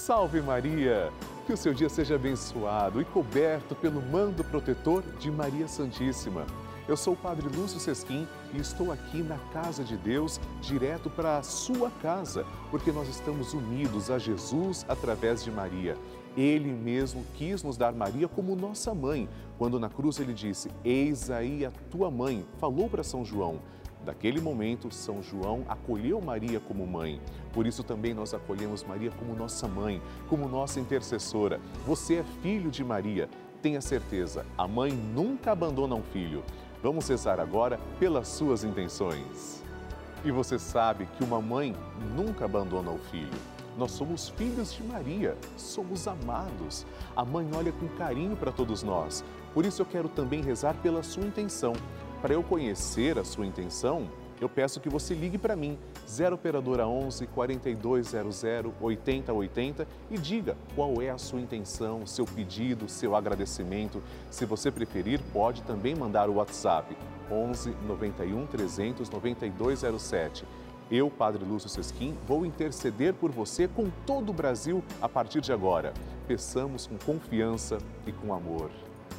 Salve Maria! Que o seu dia seja abençoado e coberto pelo manto protetor de Maria Santíssima. Eu sou o Padre Lúcio Sesquim e estou aqui na casa de Deus, direto para a sua casa, porque nós estamos unidos a Jesus através de Maria. Ele mesmo quis nos dar Maria como nossa mãe, quando na cruz ele disse: "Eis aí a tua mãe", falou para São João. Daquele momento, São João acolheu Maria como mãe. Por isso também nós acolhemos Maria como nossa mãe, como nossa intercessora. Você é filho de Maria. Tenha certeza, a mãe nunca abandona um filho. Vamos rezar agora pelas suas intenções. E você sabe que uma mãe nunca abandona o filho. Nós somos filhos de Maria, somos amados. A mãe olha com carinho para todos nós. Por isso eu quero também rezar pela sua intenção. Para eu conhecer a sua intenção, eu peço que você ligue para mim, 0 Operadora 11 4200 8080 e diga qual é a sua intenção, seu pedido, seu agradecimento. Se você preferir, pode também mandar o WhatsApp 11 91 300 9207. Eu, Padre Lúcio Sesquim, vou interceder por você com todo o Brasil a partir de agora. Peçamos com confiança e com amor.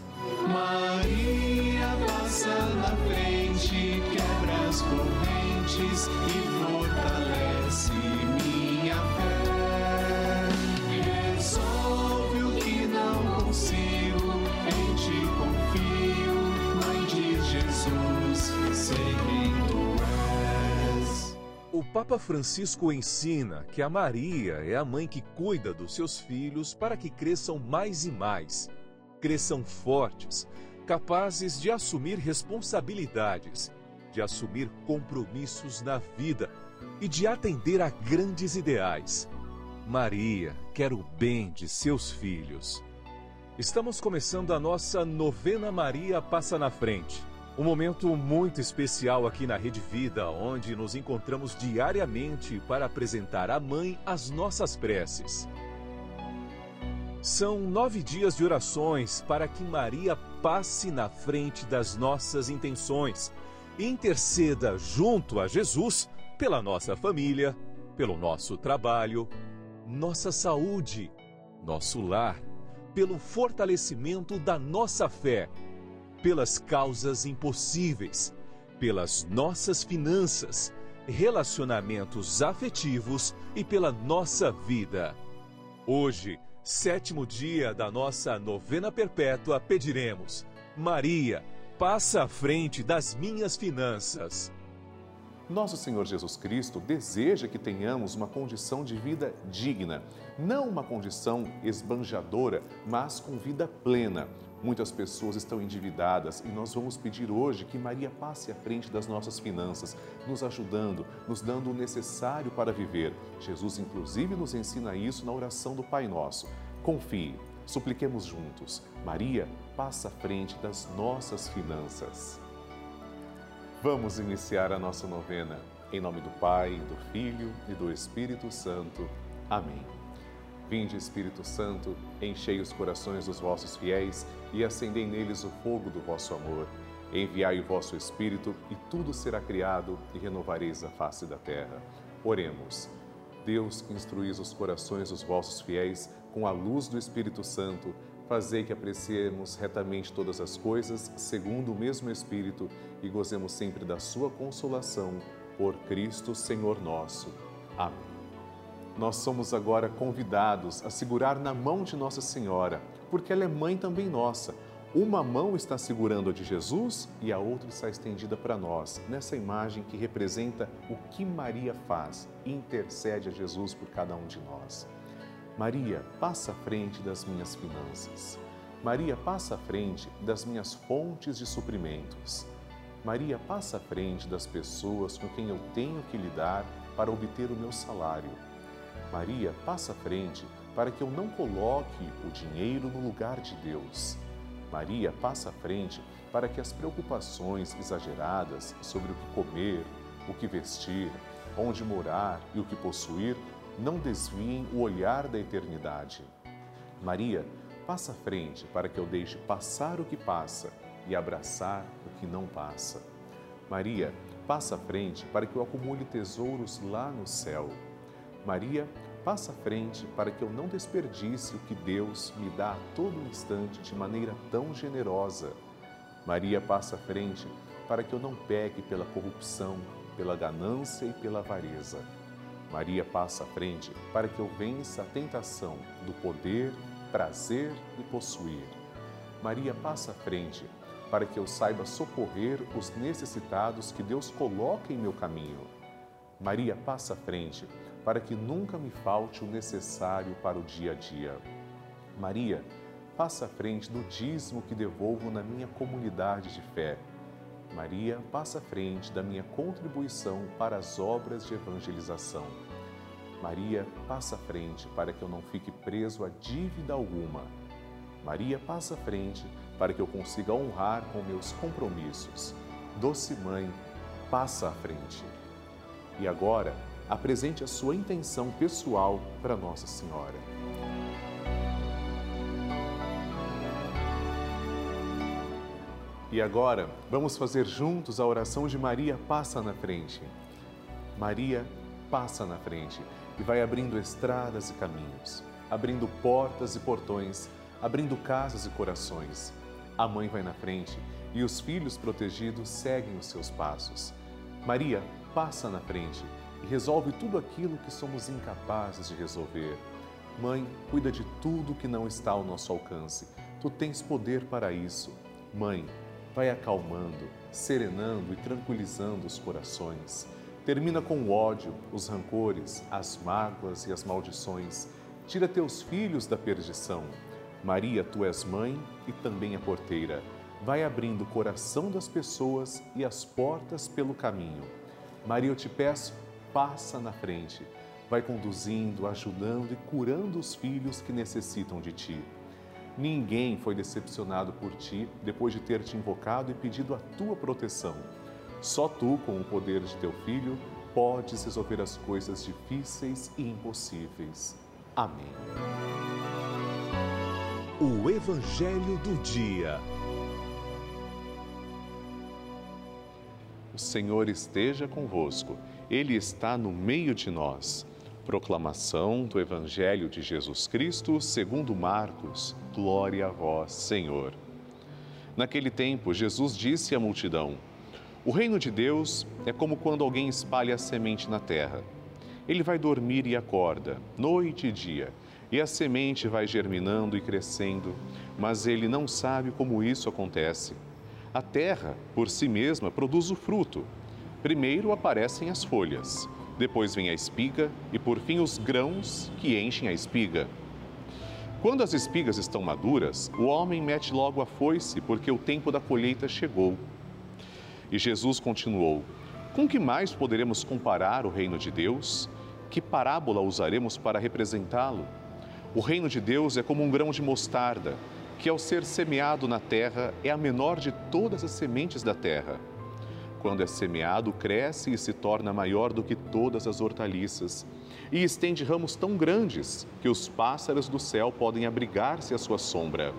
Maria passa na frente, quebra as correntes e fortalece minha fé. Resolve o que não consigo, em ti confio, Mãe de Jesus, sei quem tu és. O Papa Francisco ensina que a Maria é a mãe que cuida dos seus filhos para que cresçam mais e mais. Cresçam fortes, capazes de assumir responsabilidades, de assumir compromissos na vida e de atender a grandes ideais. Maria quer o bem de seus filhos. Estamos começando a nossa novena Maria Passa na Frente. Um momento muito especial aqui na Rede Vida, onde nos encontramos diariamente para apresentar à Mãe as nossas preces. São 9 dias de orações para que Maria passe na frente das nossas intenções e interceda junto a Jesus pela nossa família, pelo nosso trabalho, nossa saúde, nosso lar, pelo fortalecimento da nossa fé, pelas causas impossíveis, pelas nossas finanças, relacionamentos afetivos e pela nossa vida. Hoje, 7º dia da nossa novena perpétua, pediremos: Maria, passa à frente das minhas finanças. Nosso Senhor Jesus Cristo deseja que tenhamos uma condição de vida digna, não uma condição esbanjadora, mas com vida plena. Muitas pessoas estão endividadas e nós vamos pedir hoje que Maria passe à frente das nossas finanças, nos ajudando, nos dando o necessário para viver. Jesus, inclusive, nos ensina isso na oração do Pai Nosso. Confie, supliquemos juntos. Maria, passa à frente das nossas finanças. Vamos iniciar a nossa novena. Em nome do Pai, do Filho e do Espírito Santo. Amém. Vinde, Espírito Santo, enchei os corações dos vossos fiéis e acendei neles o fogo do vosso amor. Enviai o vosso Espírito e tudo será criado e renovareis a face da terra. Oremos. Deus, que instruís os corações dos vossos fiéis com a luz do Espírito Santo, fazei que apreciemos retamente todas as coisas, segundo o mesmo Espírito, e gozemos sempre da sua consolação, por Cristo Senhor nosso. Amém. Nós somos agora convidados a segurar na mão de Nossa Senhora, porque ela é mãe também nossa. Uma mão está segurando a de Jesus e a outra está estendida para nós, nessa imagem que representa o que Maria faz e intercede a Jesus por cada um de nós. Maria, passa à frente das minhas finanças. Maria, passa à frente das minhas fontes de suprimentos. Maria, passa à frente das pessoas com quem eu tenho que lidar para obter o meu salário. Maria, passa à frente para que eu não coloque o dinheiro no lugar de Deus. Maria, passa à frente para que as preocupações exageradas sobre o que comer, o que vestir, onde morar e o que possuir não desviem o olhar da eternidade. Maria, passa à frente para que eu deixe passar o que passa e abraçar o que não passa. Maria, passa à frente para que eu acumule tesouros lá no céu. Maria, passa à frente para que eu não desperdice o que Deus me dá a todo instante de maneira tão generosa. Maria, passa à frente para que eu não peque pela corrupção, pela ganância e pela avareza. Maria, passa à frente para que eu vença a tentação do poder, prazer e possuir. Maria, passa à frente para que eu saiba socorrer os necessitados que Deus coloca em meu caminho. Maria, passa à frente para que nunca me falte o necessário para o dia a dia. Maria, passa à frente do dízimo que devolvo na minha comunidade de fé. Maria, passa à frente da minha contribuição para as obras de evangelização. Maria, passa à frente para que eu não fique preso a dívida alguma. Maria, passa à frente para que eu consiga honrar com meus compromissos. Doce Mãe, passa à frente. E agora, apresente a sua intenção pessoal para Nossa Senhora. E agora, vamos fazer juntos a oração de Maria passa na frente. Maria passa na frente e vai abrindo estradas e caminhos, abrindo portas e portões, abrindo casas e corações. A mãe vai na frente e os filhos protegidos seguem os seus passos. Maria passa na frente e resolve tudo aquilo que somos incapazes de resolver. Mãe, cuida de tudo que não está ao nosso alcance. Tu tens poder para isso. Mãe, vai acalmando, serenando e tranquilizando os corações. Termina com o ódio, os rancores, as mágoas e as maldições. Tira teus filhos da perdição. Maria, tu és mãe e também a porteira. Vai abrindo o coração das pessoas e as portas pelo caminho. Maria, eu te peço, passa na frente. Vai conduzindo, ajudando e curando os filhos que necessitam de ti. Ninguém foi decepcionado por ti depois de ter te invocado e pedido a tua proteção. Só tu, com o poder de teu Filho, podes resolver as coisas difíceis e impossíveis. Amém. O Evangelho do Dia. O Senhor esteja convosco. Ele está no meio de nós. Proclamação do Evangelho de Jesus Cristo segundo Marcos. Glória a vós, Senhor. Naquele tempo, Jesus disse à multidão: o reino de Deus é como quando alguém espalha a semente na terra. Ele vai dormir e acorda, noite e dia, e a semente vai germinando e crescendo, mas ele não sabe como isso acontece. A terra, por si mesma, produz o fruto. Primeiro aparecem as folhas, depois vem a espiga e, por fim, os grãos que enchem a espiga. Quando as espigas estão maduras, o homem mete logo a foice, porque o tempo da colheita chegou. E Jesus continuou: com que mais poderemos comparar o reino de Deus? Que parábola usaremos para representá-lo? O reino de Deus é como um grão de mostarda, que ao ser semeado na terra é a menor de todas as sementes da terra. Quando é semeado, cresce e se torna maior do que todas as hortaliças, e estende ramos tão grandes que os pássaros do céu podem abrigar-se à sua sombra.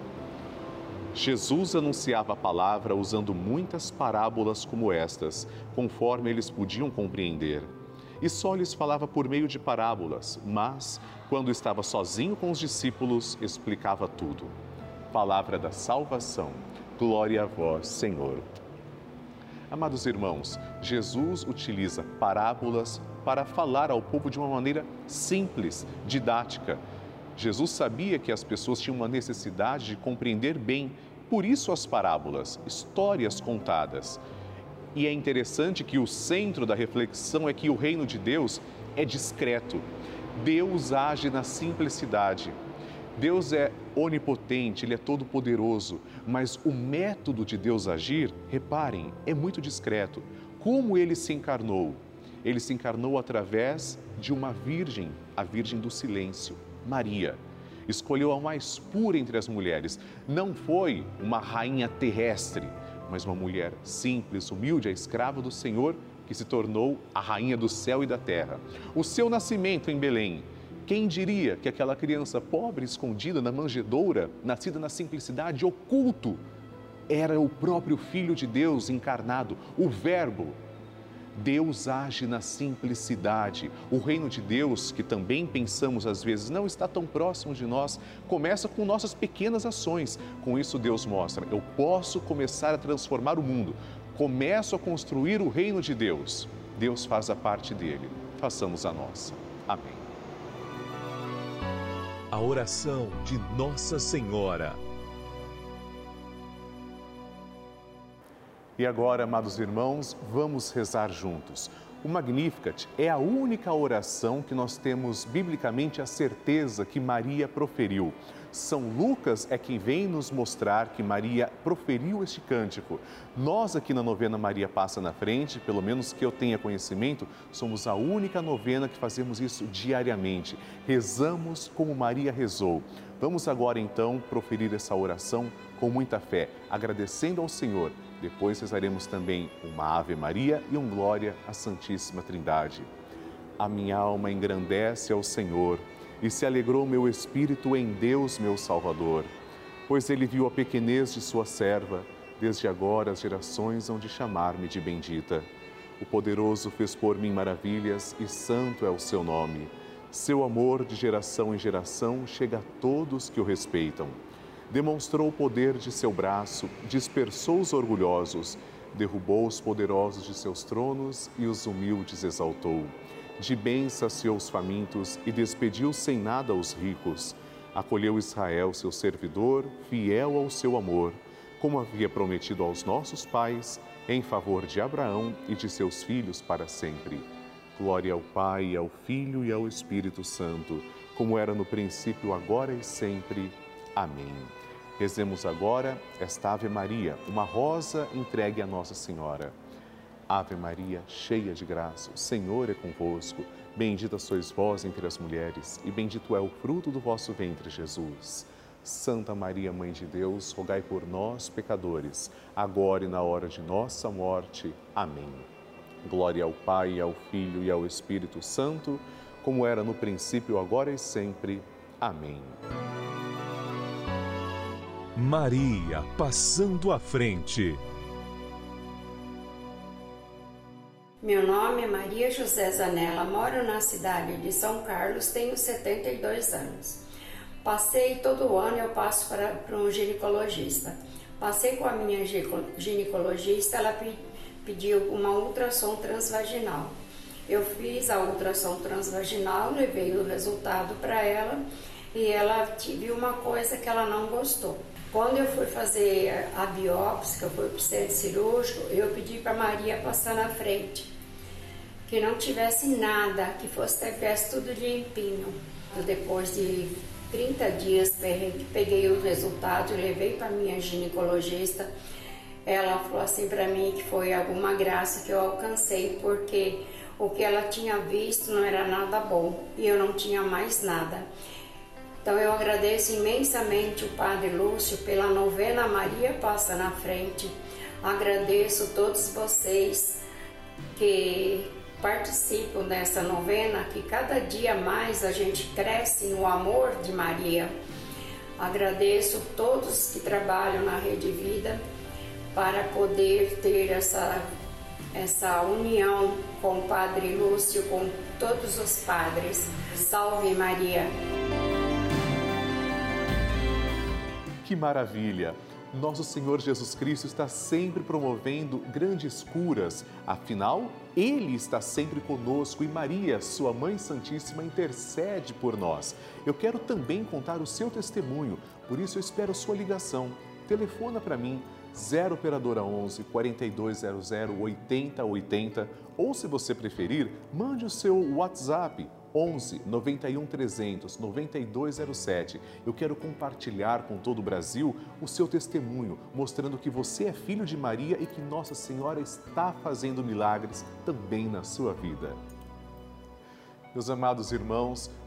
Jesus anunciava a palavra usando muitas parábolas como estas, conforme eles podiam compreender. E só lhes falava por meio de parábolas, mas, quando estava sozinho com os discípulos, explicava tudo. Palavra da salvação. Glória a vós, Senhor. Amados irmãos, Jesus utiliza parábolas para falar ao povo de uma maneira simples, didática. Jesus sabia que as pessoas tinham uma necessidade de compreender bem, por isso as parábolas, histórias contadas. E é interessante que o centro da reflexão é que o reino de Deus é discreto. Deus age na simplicidade. Deus é onipotente, Ele é todo-poderoso, mas o método de Deus agir, reparem, é muito discreto. Como Ele se encarnou? Ele se encarnou através de uma virgem, a Virgem do Silêncio, Maria. Escolheu a mais pura entre as mulheres. Não foi uma rainha terrestre, mas uma mulher simples, humilde, a escrava do Senhor, que se tornou a rainha do céu e da terra. O seu nascimento em Belém, quem diria que aquela criança pobre, escondida na manjedoura, nascida na simplicidade, oculto, era o próprio Filho de Deus encarnado, o Verbo. Deus age na simplicidade. O reino de Deus, que também pensamos às vezes não está tão próximo de nós, começa com nossas pequenas ações. Com isso, Deus mostra: eu posso começar a transformar o mundo. Começo a construir o reino de Deus. Deus faz a parte dele. Façamos a nossa. Amém. A oração de Nossa Senhora. E agora, amados irmãos, vamos rezar juntos. O Magnificat é a única oração que nós temos biblicamente a certeza que Maria proferiu. São Lucas é quem vem nos mostrar que Maria proferiu este cântico. Nós aqui na novena Maria Passa na Frente, pelo menos que eu tenha conhecimento, somos a única novena que fazemos isso diariamente. Rezamos como Maria rezou. Vamos agora então proferir essa oração com muita fé, agradecendo ao Senhor. Depois rezaremos também uma Ave Maria e um Glória à Santíssima Trindade. A minha alma engrandece ao Senhor e se alegrou meu espírito em Deus, meu Salvador. Pois ele viu a pequenez de sua serva, desde agora as gerações hão de chamar-me de bendita. O poderoso fez por mim maravilhas e santo é o seu nome. Seu amor de geração em geração chega a todos que o respeitam. Demonstrou o poder de seu braço, dispersou os orgulhosos, derrubou os poderosos de seus tronos e os humildes exaltou. De bem saciou os famintos e despediu sem nada os ricos. Acolheu Israel, seu servidor, fiel ao seu amor, como havia prometido aos nossos pais, em favor de Abraão e de seus filhos para sempre. Glória ao Pai, ao Filho e ao Espírito Santo, como era no princípio, agora e sempre. Amém. Rezemos agora esta Ave Maria, uma rosa entregue a Nossa Senhora. Ave Maria, cheia de graça, o Senhor é convosco. Bendita sois vós entre as mulheres, e bendito é o fruto do vosso ventre, Jesus. Santa Maria, Mãe de Deus, rogai por nós, pecadores, agora e na hora de nossa morte. Amém. Glória ao Pai, ao Filho e ao Espírito Santo, como era no princípio, agora e sempre. Amém. Maria passando à frente. Meu nome é Maria José Zanella, moro na cidade de São Carlos, tenho 72 anos. Todo ano eu passo para um ginecologista. Passei com a minha ginecologista, ela pediu uma ultrassom transvaginal. Eu fiz a ultrassom transvaginal, levei o resultado para ela e ela viu uma coisa que ela não gostou. Quando eu fui fazer a biópsia, que eu fui para o centro cirúrgico, eu pedi para Maria passar na frente, que não tivesse nada, que tivesse tudo limpinho. Depois de 30 dias, peguei o resultado e levei para minha ginecologista. Ela falou assim para mim que foi alguma graça que eu alcancei, porque o que ela tinha visto não era nada bom e eu não tinha mais nada. Então eu agradeço imensamente o Padre Lúcio pela novena Maria Passa na Frente. Agradeço todos vocês que participam dessa novena, que cada dia mais a gente cresce no amor de Maria. Agradeço todos que trabalham na Rede Vida para poder ter essa união com o Padre Lúcio, com todos os padres. Salve Maria! Que maravilha! Nosso Senhor Jesus Cristo está sempre promovendo grandes curas. Afinal, Ele está sempre conosco e Maria, sua Mãe Santíssima, intercede por nós. Eu quero também contar o seu testemunho, por isso eu espero sua ligação. Telefona para mim, 0 Operadora 11 4200 8080, ou se você preferir, mande o seu WhatsApp 11 91 300 9207. Eu quero compartilhar com todo o Brasil o seu testemunho, mostrando que você é filho de Maria e que Nossa Senhora está fazendo milagres também na sua vida. Meus amados irmãos,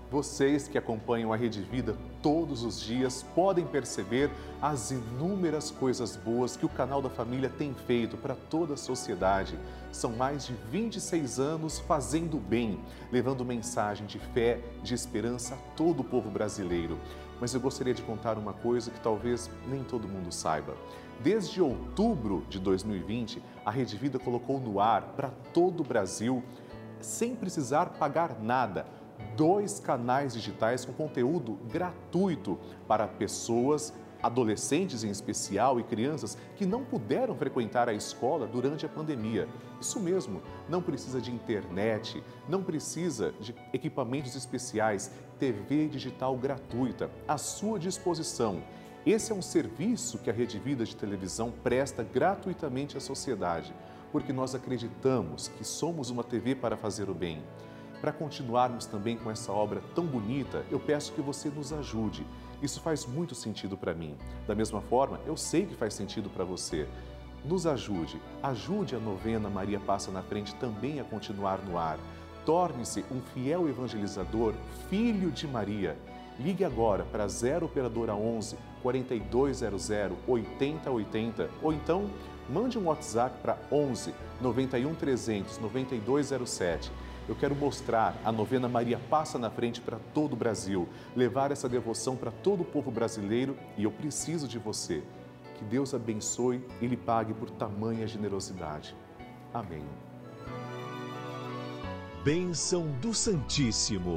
Vocês que acompanham a Rede Vida todos os dias podem perceber as inúmeras coisas boas que o canal da família tem feito para toda a sociedade. São mais de 26 anos fazendo bem, levando mensagem de fé, de esperança a todo o povo brasileiro. Mas eu gostaria de contar uma coisa que talvez nem todo mundo saiba. Desde outubro de 2020, a Rede Vida colocou no ar para todo o Brasil, sem precisar pagar nada, 2 canais digitais com conteúdo gratuito para pessoas, adolescentes em especial e crianças que não puderam frequentar a escola durante a pandemia. Isso mesmo, não precisa de internet, não precisa de equipamentos especiais, TV digital gratuita, à sua disposição. Esse é um serviço que a Rede Vida de televisão presta gratuitamente à sociedade, porque nós acreditamos que somos uma TV para fazer o bem. Para continuarmos também com essa obra tão bonita, eu peço que você nos ajude. Isso faz muito sentido para mim. Da mesma forma, eu sei que faz sentido para você. Nos ajude. Ajude a novena Maria Passa na Frente também a continuar no ar. Torne-se um fiel evangelizador, filho de Maria. Ligue agora para 0 Operadora 11 4200 8080 ou então mande um WhatsApp para 11 91 300 9207. Eu quero mostrar a novena Maria Passa na Frente para todo o Brasil, levar essa devoção para todo o povo brasileiro e eu preciso de você. Que Deus abençoe e lhe pague por tamanha generosidade. Amém. Bênção do Santíssimo.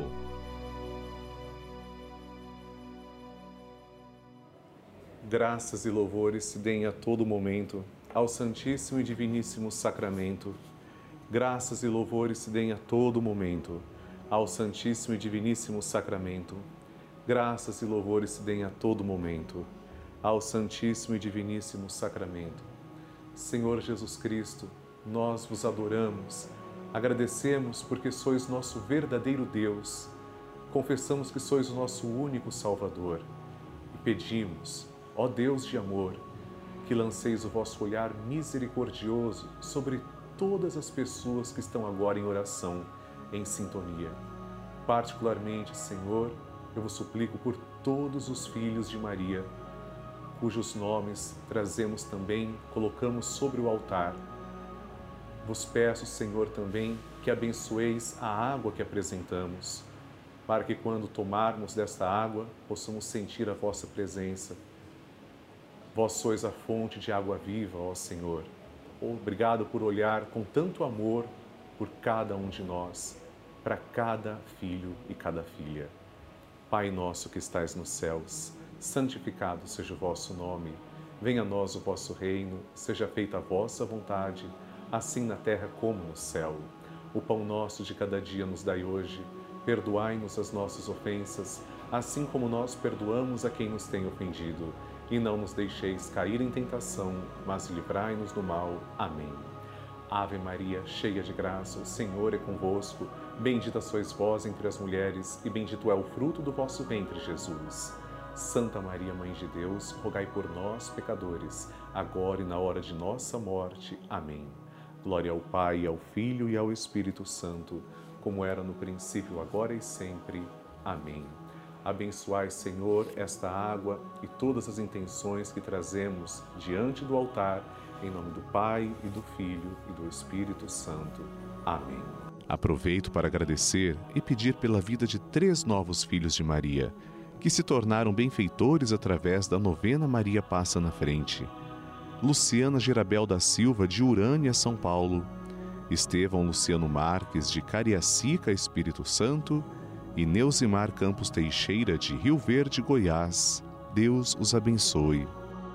Graças e louvores se deem a todo momento ao Santíssimo e Diviníssimo Sacramento. Graças e louvores se deem a todo momento ao Santíssimo e Diviníssimo Sacramento. Graças e louvores se deem a todo momento ao Santíssimo e Diviníssimo Sacramento. Senhor Jesus Cristo, nós vos adoramos, agradecemos porque sois nosso verdadeiro Deus, confessamos que sois o nosso único Salvador e pedimos, ó Deus de amor, que lanceis o vosso olhar misericordioso sobre todas as pessoas que estão agora em oração, em sintonia. Particularmente, Senhor, eu vos suplico por todos os filhos de Maria, cujos nomes trazemos também, colocamos sobre o altar. Vos peço, Senhor, também que abençoeis a água que apresentamos, para que quando tomarmos desta água, possamos sentir a vossa presença. Vós sois a fonte de água viva, ó Senhor. Obrigado por olhar com tanto amor por cada um de nós, para cada filho e cada filha. Pai nosso que estais nos céus, santificado seja o vosso nome. Venha a nós o vosso reino, seja feita a vossa vontade, assim na terra como no céu. O pão nosso de cada dia nos dai hoje. Perdoai-nos as nossas ofensas, assim como nós perdoamos a quem nos tem ofendido. E não nos deixeis cair em tentação, mas livrai-nos do mal. Amém. Ave Maria, cheia de graça, o Senhor é convosco. Bendita sois vós entre as mulheres, e bendito é o fruto do vosso ventre, Jesus. Santa Maria, Mãe de Deus, rogai por nós, pecadores, agora e na hora de nossa morte. Amém. Glória ao Pai, ao Filho e ao Espírito Santo, como era no princípio, agora e sempre. Amém. Abençoai, Senhor, esta água e todas as intenções que trazemos diante do altar, em nome do Pai, e do Filho, e do Espírito Santo. Amém. Aproveito para agradecer e pedir pela vida de 3 novos filhos de Maria, que se tornaram benfeitores através da novena Maria Passa na Frente. Luciana Gerabel da Silva, de Urânia, São Paulo. Estevão Luciano Marques, de Cariacica, Espírito Santo. E Neusimar Campos Teixeira, de Rio Verde, Goiás. Deus os abençoe.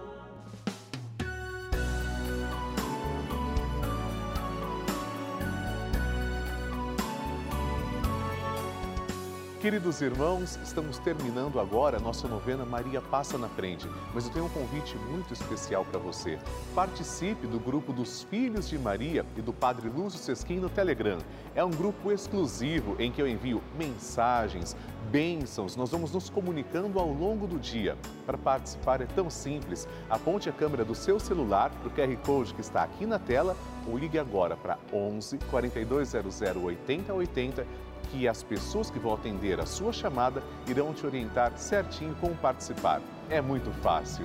Queridos irmãos, estamos terminando agora a nossa novena Maria Passa na Frente, mas eu tenho um convite muito especial para você. Participe do grupo dos Filhos de Maria e do Padre Lúcio Sesquim no Telegram. É um grupo exclusivo em que eu envio mensagens, bênçãos, nós vamos nos comunicando ao longo do dia. Para participar é tão simples, aponte a câmera do seu celular para o QR Code que está aqui na tela ou ligue agora para 11 4200 8080 que as pessoas que vão atender a sua chamada irão te orientar certinho como participar. É muito fácil.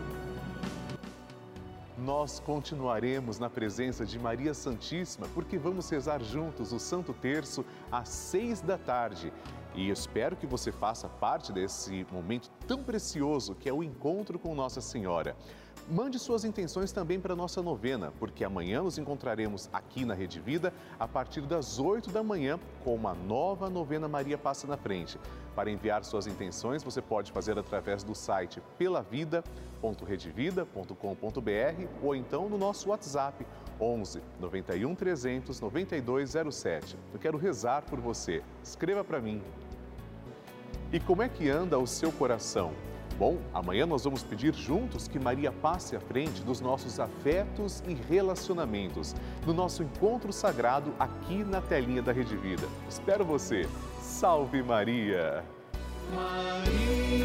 Nós continuaremos na presença de Maria Santíssima porque vamos rezar juntos o Santo Terço às 6 da tarde. E espero que você faça parte desse momento tão precioso que é o encontro com Nossa Senhora. Mande suas intenções também para a nossa novena, porque amanhã nos encontraremos aqui na Rede Vida a partir das 8 da manhã com uma nova novena Maria Passa na Frente. Para enviar suas intenções, você pode fazer através do site pelavida.redevida.com.br ou então no nosso WhatsApp 11 91 300 9207. Eu quero rezar por você. Escreva para mim. E como é que anda o seu coração? Bom, amanhã nós vamos pedir juntos que Maria passe à frente dos nossos afetos e relacionamentos, no nosso encontro sagrado aqui na telinha da Rede Vida. Espero você. Salve Maria! Maria.